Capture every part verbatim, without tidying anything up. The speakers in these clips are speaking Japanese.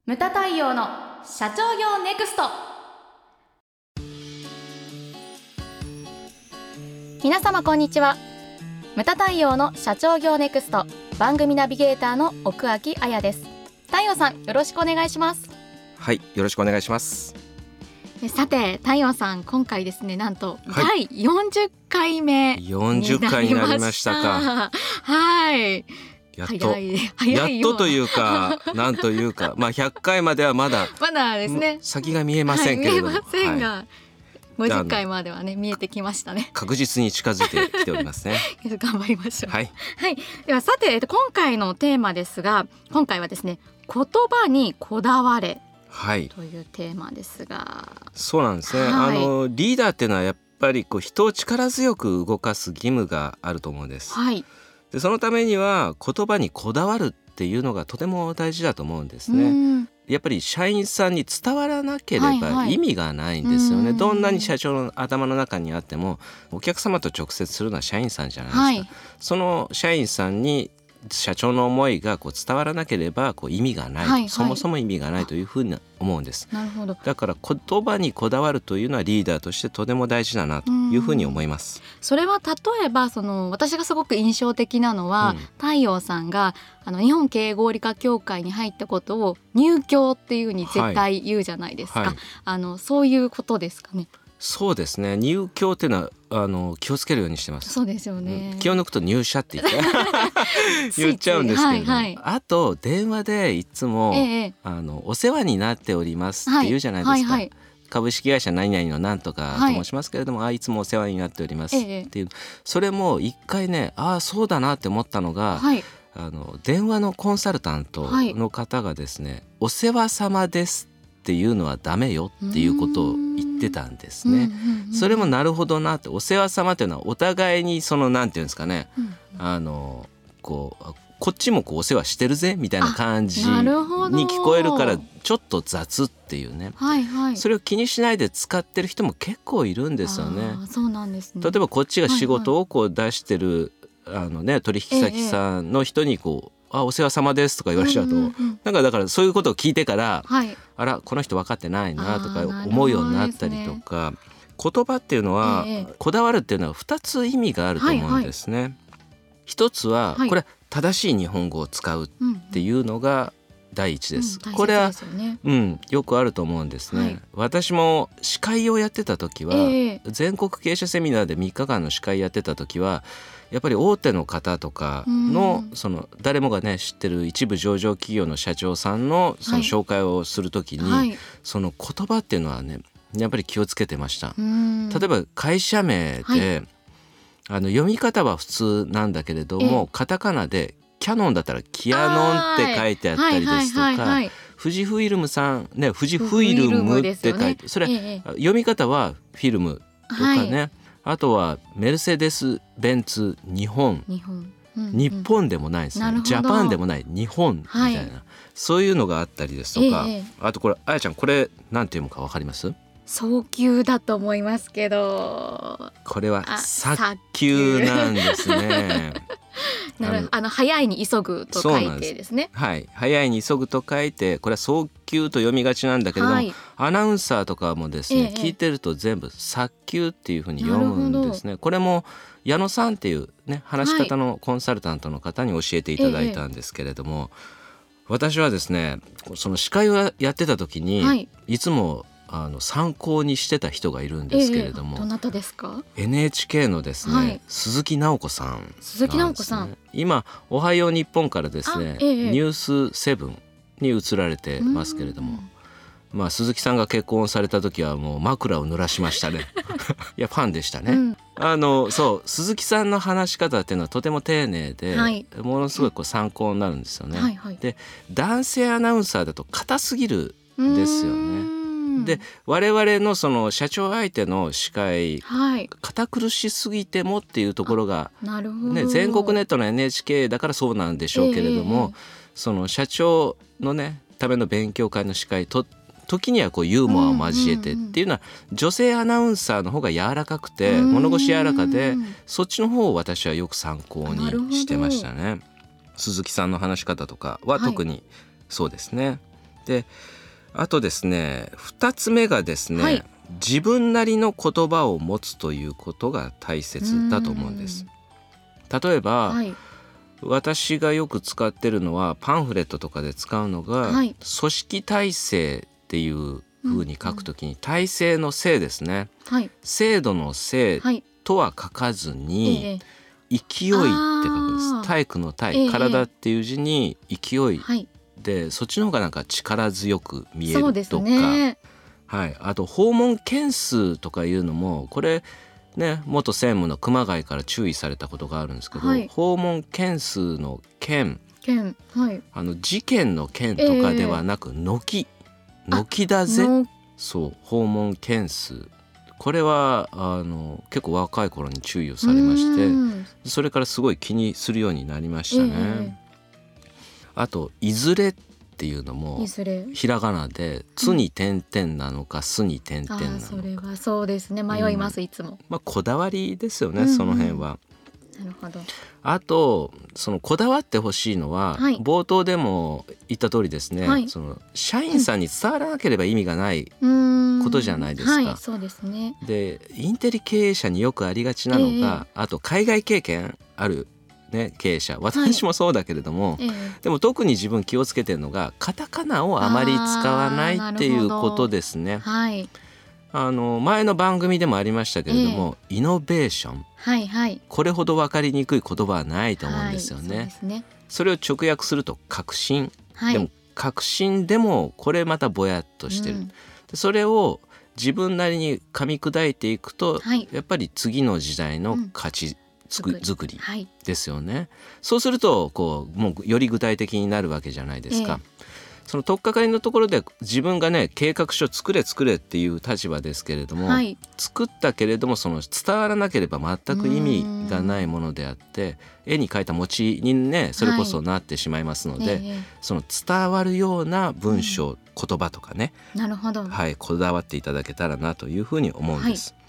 ムタ太陽の社長業ネクスト。皆様こんにちは。ムタ太陽の社長業ネクスト番組ナビゲーターの奥脇彩です。太陽さん、よろしくお願いします。 はい、よろしくお願いします。 さて太陽さん、今回ですね、なんとだいよんじゅっかいめになりました。 よんじゅっかいになりましたか。 はい、 やっと早い早いやっとというかなんというか、まあ、ひゃっかいまではまだまだですね、 先が見えませんけれども、 はい、見えませんが、はい、ごじゅっかいまではね見えてきましたね。 確実に近づいてきておりますね。 頑張りましょう。 はい、 はい、ではさて今回のテーマですが、今回はですね、言葉にこだわれ、はい、というテーマですが、 そうなんですね、 はい、 あのリーダーっていうのはやっぱりこう人を力強く動かす義務があると思うんです、はい、でそのためには言葉にこだわるっていうのがとても大事だと思うんですね。やっぱり社員さんに伝わらなければ意味がないんですよね、はいはい、どんなに社長の頭の中にあってもお客様と直接するのは社員さんじゃないですか、はい、その社員さんに社長の思いがこう伝わらなければこう意味がない、はいはい、そもそも意味がないというふうに思うんです。 なるほど。 だから言葉にこだわるというのはリーダーとしてとても大事だなというふうに思います。 それは例えばその私がすごく印象的なのは、うん、太陽さんがあの日本経営合理化協会に入ったことを入協っていうふうに絶対言うじゃないですか、はいはい、あのそういうことですかね。 そうですね、入協っていうのはあの気をつけるようにしてます。 そうですよね、 気を抜くと入社って言って言っちゃうんですけれども、はいはい、あと電話でいつも、ええ、あのお世話になっておりますって言うじゃないですか、はいはいはい、株式会社何々のなんとかと申しますけれども、はい、あいつもお世話になっておりますっていう、ええ、それも一回ね、ああそうだなって思ったのが、はい、あの電話のコンサルタントの方がですね、はい、お世話様ですっていうのはダメよっていうことを言ってたんですね、うんうんうん、それもなるほどなって。お世話様っていうのはお互いにそのなんていうんですかね、うんうん、あのこうこっちもこうお世話してるぜみたいな感じに聞こえるからちょっと雑っていうね、はいはい、それを気にしないで使ってる人も結構いるんですよね。 あ、そうなんですね。 例えばこっちが仕事をこう出してる、はいはい、あのね、取引先さんの人にこう、ええ、あお世話様ですとか言われちゃうと、うんうんうん、なんかだからそういうことを聞いてから、はい、あらこの人分かってないなとか思うようになったりとか、ね、言葉っていうのは、ええ、こだわるっていうのはふたつ意味があると思うんですね、はいはい、一つは、はい、これは正しい日本語を使うっていうのが第一です、うんうん、これは、うん、よくあると思うんですね、はい、私も司会をやってた時は、ええ、全国経営者セミナーでみっかかんの司会やってた時はやっぱり大手の方とか の, その誰もがね知ってる一部上場企業の社長さん の, その紹介をするときに、はい、その言葉っていうのはねやっぱり気をつけてました。例えば会社名で、はい、あの読み方は普通なんだけれども、カタカナでキヤノンだったらキヤノンって書いてあったりですとか、富士フイルムさんね、富士フイルムって書いて、ね、それ、ええ、読み方はフィルムとかね、はい、あとはメルセデス・ベンツ日本、日本、うんうん、日本でもないですね、ジャパンでもない日本みたいな、はい、そういうのがあったりですとか、ええ、あとこれあやちゃんこれなんて読むか分かります？ 早急だと思いますけど、 これは早急なんですね。 なるあの早いに急ぐと書いてですね。 はい、早いに急ぐと書いて、これは早急と読みがちなんだけれども、はい、アナウンサーとかもですね、ええ、聞いてると全部早急っていうふうに読むんですね。これも矢野さんっていうね話し方のコンサルタントの方に教えていただいたんですけれども、はい、え、私はですねその司会をやってた時に、はい、いつもあの参考にしてた人がいるんですけれども、 ええ、どなたですか？ エヌエイチケー のですね、はい、鈴木直子さん、ね、 鈴木直子さん、 今おはよう日本からですね、ええ、ニュースセブンに移られてますけれども、まあ、鈴木さんが結婚された時はもう枕を濡らしましたねいやファンでしたね、うん、あのそう鈴木さんの話し方っていうのはとても丁寧で、はい、ものすごいこう参考になるんですよね、はいはい、で男性アナウンサーだと硬すぎるんですよね。で我々 の, その社長相手の司会、はい、堅苦しすぎてもっていうところが、ね、全国ネットの エヌエイチケー だからそうなんでしょうけれども、えー、その社長の、ね、ための勉強会の司会と時にはこうユーモアを交えてっていうのは、女性アナウンサーの方が柔らかくて物腰柔らかで、そっちの方を私はよく参考にしてましたね。鈴木さんの話し方とかは特にそうですね、はい、 であとですねふたつめがですね、はい、自分なりの言葉を持つということが大切だと思うんです。例えば、はい、私がよく使ってるのはパンフレットとかで使うのが、はい、組織体制っていう風に書くときに、うんうん、体制の制ですね、はい、制度の制とは書かずに、はい、勢いって書くんです。体育の体、体っていう字に勢い、はい、でそっちの方がなんか力強く見えるとか、そうですね、はい、あと訪問件数とかいうのもこれね元専務の熊谷から注意されたことがあるんですけど、はい、訪問件数の件、件、はい、あの事件の件とかではなく軒、えー、軒だぜ、そう訪問件数、これはあの結構若い頃に注意をされまして、それからすごい気にするようになりましたね、えー、あといずれっていうのもひらがなでつに点々なのかすに点々なのか、 それはそうですね、迷います、うん、いつも、 まあ、こだわりですよね、うんうん、その辺は。 なるほど。 あとそのこだわってほしいのは、はい、冒頭でも言った通りですね、はい、その社員さんに伝わらなければ意味がないことじゃないですか、 はい、そうですね。 でインテリ経営者によくありがちなのが、えー、あと海外経験あるね、経営者、私もそうだけれども、はい、ええ、でも特に自分気をつけてるのがカタカナをあまり使わないっていうことですね、はい、あの前の番組でもありましたけれども、ええ、イノベーション、はいはい、これほど分かりにくい言葉はないと思うんですよね、はい、そうですね。それを直訳すると革新、はい、でも革新でもこれまたぼやっとしてる、うん、でそれを自分なりに噛み砕いていくと、はい、やっぱり次の時代の価値、うん作りですよね、はい、そうするとこうもうより具体的になるわけじゃないですか、ええ、その取っかかりのところで自分がね計画書作れ作れっていう立場ですけれども、はい、作ったけれどもその伝わらなければ全く意味がないものであって絵に描いた餅にねそれこそなってしまいますので、はい、え、その伝わるような文章、うん、言葉とかね、なるほど、はい、こだわっていただけたらなというふうに思うんです、はい、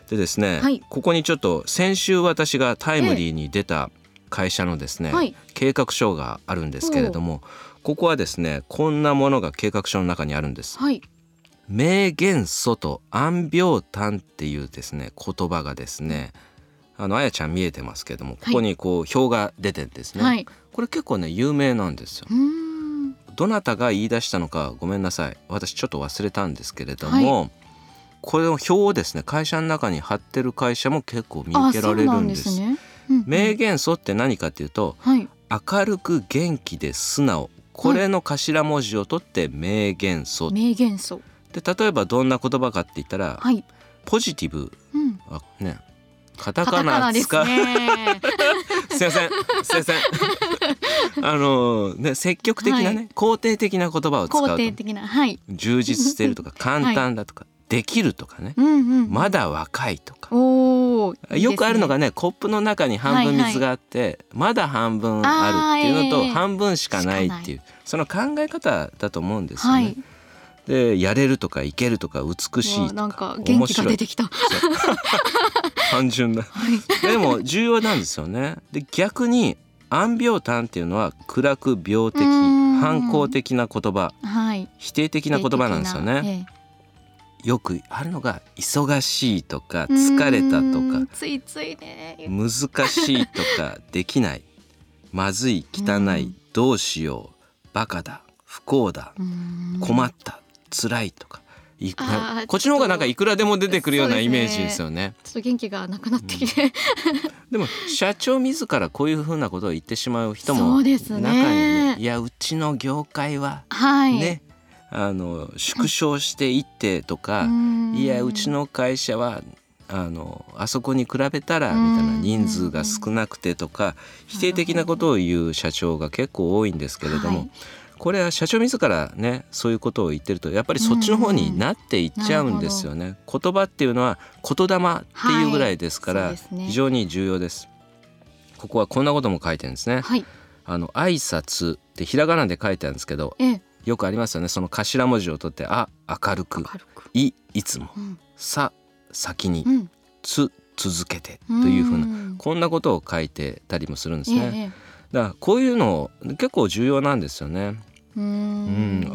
でですね、はい、ここにちょっと先週私がタイムリーに出た会社のですね、はい、計画書があるんですけれども、ここはですねこんなものが計画書の中にあるんです、はい、名元素と暗病単っていうですね言葉がですね、あのあやちゃん見えてますけれどもここにこう表が出てるんですね、はい、これ結構ね有名なんですよ。うーん、どなたが言い出したのかごめんなさい、私ちょっと忘れたんですけれども、はい、これの表をですね会社の中に貼ってる会社も結構見受けられるんです。名元素って何かっていうと、はい、明るく元気で素直、これの頭文字を取って名元素、はい、名元素で例えばどんな言葉かって言ったら、はい、ポジティブ、うん、あねカタカナ使うすいませんすいませんあのね積極的なね、はい、肯定的な言葉を使うと肯定的な、はい、充実してるとか簡単だとか、はい、できるとかね、うんうん、まだ若いとか、おいいですね、よくあるのがねコップの中に半分水があって、はいはい、まだ半分あるっていうのと、えー、半分しかないっていうその考え方だと思うんですよね、はい、でやれるとかいけるとか美しいとかなんか元気が出てきた単純な、はい、でも重要なんですよね。で逆に暗病単っていうのは暗く病的反抗的な言葉、はい、否定的な言葉なんですよね、ええ、よくあるのが忙しいとか疲れたとかついついね難しいとかできないまずい汚いどうしようバカだ不幸だ困った辛いとかいこっちの方がなんかいくらでも出てくるようなイメージですよね。ちょっと元気がなくなってきて、うん、でも社長自らこういうふうなことを言ってしまう人も中に、ね、いやうちの業界は、はい、ねあの縮小していってとか、はい、いやうちの会社はあのあそこに比べたらみたいな人数が少なくてとか否定的なことを言う社長が結構多いんですけれども、はい、これは社長自らねそういうことを言ってるとやっぱりそっちの方になっていっちゃうんですよね。言葉っていうのは言霊っていうぐらいですから、はい、非常に重要です。ここはこんなことも書いてるんですね、はい、あの挨拶ってひらがなで書いてあるんですけど、ええ、よくありますよね。その頭文字を取ってあ明るく、明るくいいつも、うん、さ先に、うん、つ続けてというふうなこんなことを書いてたりもするんですね、ええ、だからこういうの結構重要なんですよね。うーん、うん、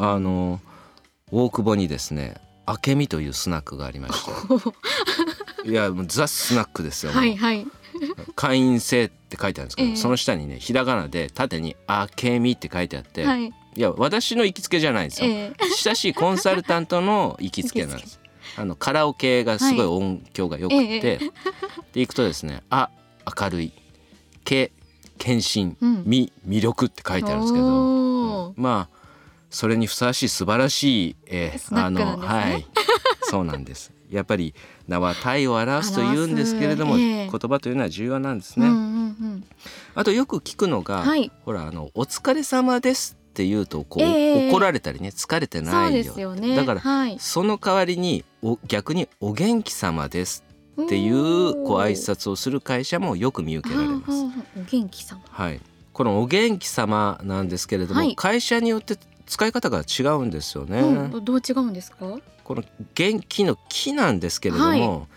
あの大久保にですね明美というスナックがありましていやもうザ・スナックですよ。はい、はい、会員制って書いてあるんですけど、えー、その下にねひらがなで縦に明美って書いてあって、はい、いや私の行きつけじゃないんですよ、えー、親しいコンサルタントの行きつけなんですあのカラオケがすごい音響が良くて、はいえー、で行くとですねあ明るいけ献身、うん、み魅力って書いてあるんですけど、うん、まあそれにふさわしい素晴らしい、えー、あの、ね、はいそうなんですやっぱり名は体を表すと言うんですけれども、えー、言葉というのは重要なんですね、うんうんうん、あとよく聞くのが、はい、ほらあのお疲れ様ですって言うとこう、えー、怒られたりね疲れてないよ、そうですよね、だから、はい、その代わりにお逆にお元気様ですっていうこう挨拶をする会社もよく見受けられます。 お元気様、 はい、このお元気様なんですけれども、はい、会社によって使い方が違うんですよね、 うん、どう違うんですか？ この元気の気なんですけれども、はい、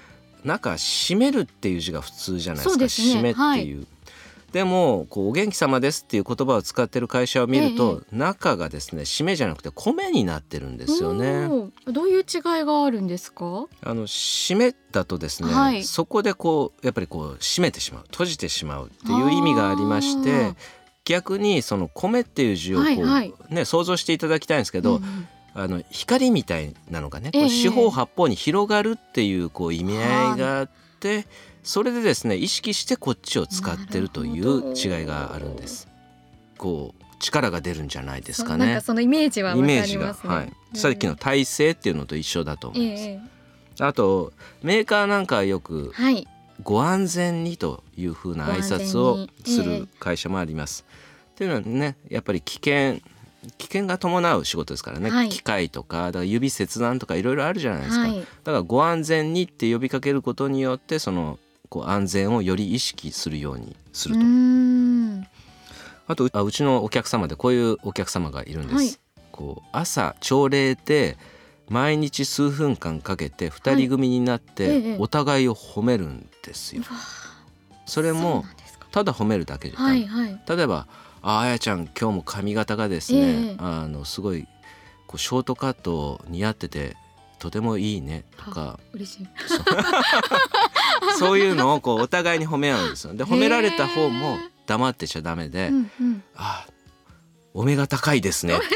中締めるっていう字が普通じゃないですか。そうですね、締めっていう、はい、でもこうお元気様ですっていう言葉を使ってる会社を見ると、ええ、中がですね締めじゃなくて米になってるんですよね。 どういう違いがあるんですか？ あの締めだとですね、はい、そこでこうやっぱりこう締めてしまう閉じてしまうっていう意味がありまして、逆にその米っていう字をこう、はいはい、ね、想像していただきたいんですけど、うん、あの光みたいなのがね、ええ、こう四方八方に広がるっていうこう意味合いがあって、それでですね意識してこっちを使ってるという違いがあるんです。こう力が出るんじゃないですかね。 なんかそのイメージはわかりますね。イメージが、はい、 うん、さっきの体制っていうのと一緒だと思います、ええ、あとメーカーなんかはよく、はい、ご安全にというふうな挨拶をする会社もあります、ええ、っていうのはねやっぱり危険危険が伴う仕事ですからね、はい、機械とかだから指切断とかいろいろあるじゃないですか、はい、だからご安全にって呼びかけることによってそのこう安全をより意識するようにすると。うーん、あと う, あうちのお客様でこういうお客様がいるんです、はい、こう朝朝礼で毎日数分間かけてふたり組になってお互いを褒めるんですよ、はい、それもただ褒めるだけじゃない、はいはい、例えばあ, あやちゃん今日も髪型がですね、えー、あのすごいこうショートカット似合っててとてもいいねとか、 嬉しいそ, そういうのをこうお互いに褒め合うんですよ。で褒められた方も黙ってちゃダメで、うんうん、あお目が高いですねって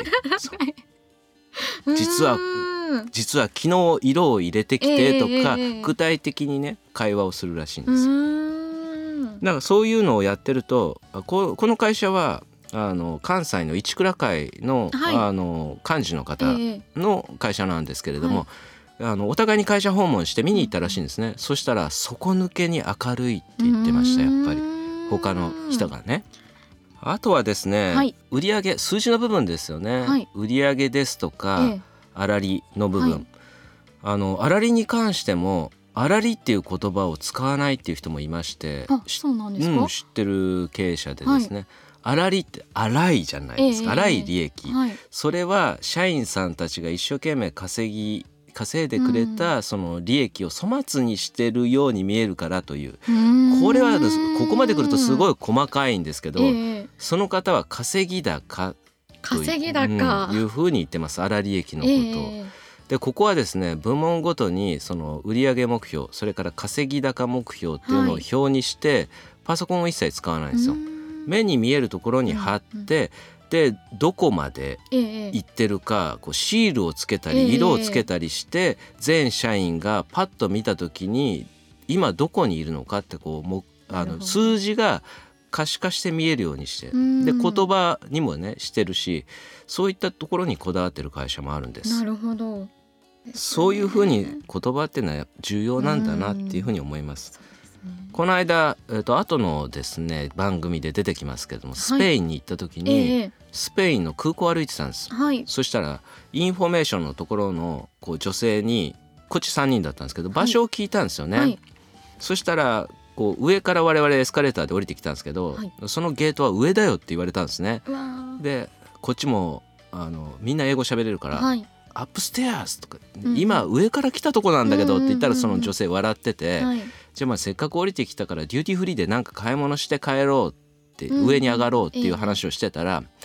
実は実は昨日色を入れてきてとか、えー、具体的にね会話をするらしいんですよ。だからそういうのをやってると こ, この会社はあの関西の一倉会 の,、はい、あの幹事の方の会社なんですけれども、えーはい、あのお互いに会社訪問して見に行ったらしいんですね、うん、そしたら底抜けに明るいって言ってました。やっぱり他の人がね。あとはですね、はい、売上数字の部分ですよね、はい、売上ですとか、えー、粗利の部分、はい、あの粗利に関しても粗利っていう言葉を使わないっていう人もいまして。 あ、そうなんですか、 うん、知ってる経営者でですね、はい、粗利って粗いじゃないですか、えー、粗い利益、はい、それは社員さんたちが一生懸命稼ぎ稼いでくれたその利益を粗末にしてるように見えるからという、これはここまで来るとすごい細かいんですけど、えー、その方は稼ぎ高という、 稼ぎ高、 うん、いうふうに言ってます。粗利益のことを、えー、でここはですね部門ごとにその売上目標それから稼ぎ高目標っていうのを表にして、はい、パソコンを一切使わないんですよ。目に見えるところに貼って、うんうんでどこまで行ってるかこうシールをつけたり色をつけたりして全社員がパッと見た時に今どこにいるのかってこうもあの数字が可視化して見えるようにしてで言葉にもねしてるしそういったところにこだわってる会社もあるんです。 なるほど、 そういうふうに言葉っていうのは重要なんだなっていうふうに思います。この間、えー、と後のですね番組で出てきますけれどもスペインに行った時に、はいえー、スペインの空港を歩いてたんです、はい、そしたらインフォメーションのところのこう女性にこっちさんにんだったんですけど場所を聞いたんですよね、はい、そしたらこう上から我々エスカレーターで降りてきたんですけど、はい、そのゲートは上だよって言われたんですね。でこっちもあのみんな英語喋れるから、はい、アップステアーズとか、うん、今上から来たとこなんだけどって言ったらその女性笑ってて、はい、じゃあまあせっかく降りてきたからデューティーフリーでなんか買い物して帰ろうって、うん、上に上がろうっていう話をしてたら、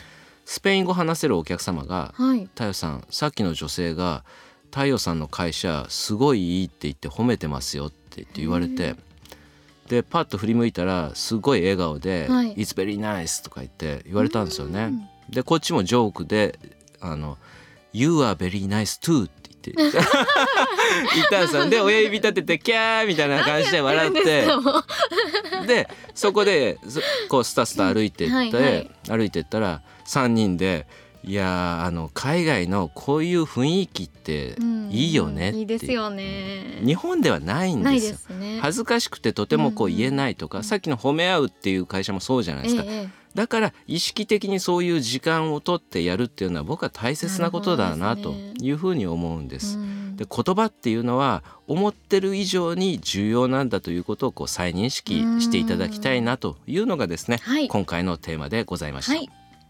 スペイン語話せるお客様が、 はい、 太陽さんさっきの女性が太陽さんの会社すごいいいって言って褒めてますよって言って言われて、でパッと振り向いたらすごい笑顔で、はい、It's very nice とか言って言われたんですよね。でこっちもジョークであの You are very nice too って言って言ったんですよ。で親指立ててキャーみたいな感じで笑ってでそこでこうスタスタ歩いていって、はいはい、歩いていったらさんにんでいやあの海外のこういう雰囲気っていいよねって、 いいですよね。 日本ではないんですよ。 ないですね。 恥ずかしくてとてもこう言えないとか、うんうん、さっきの褒め合うっていう会社もそうじゃないですか、ええ、だから意識的にそういう時間を取ってやるっていうのは僕は大切なことだなというふうに思うんです。で言葉っていうのは思ってる以上に重要なんだということをこう再認識していただきたいなというのがですね、はい、今回のテーマでございました。はい、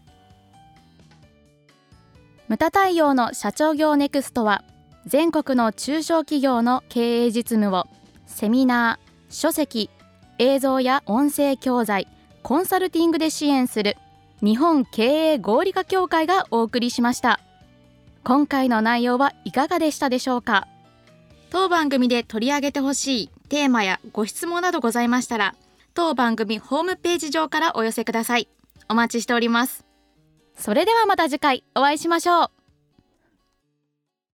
ムタ太陽の社長業ネクストは全国の中小企業の経営実務をセミナー、書籍、映像や音声教材、コンサルティングで支援する日本経営合理化協会がお送りしました。今回の内容はいかがでしたでしょうか。当番組で取り上げてほしいテーマやご質問などございましたら、当番組ホームページ上からお寄せください。お待ちしております。それではまた次回お会いしましょう。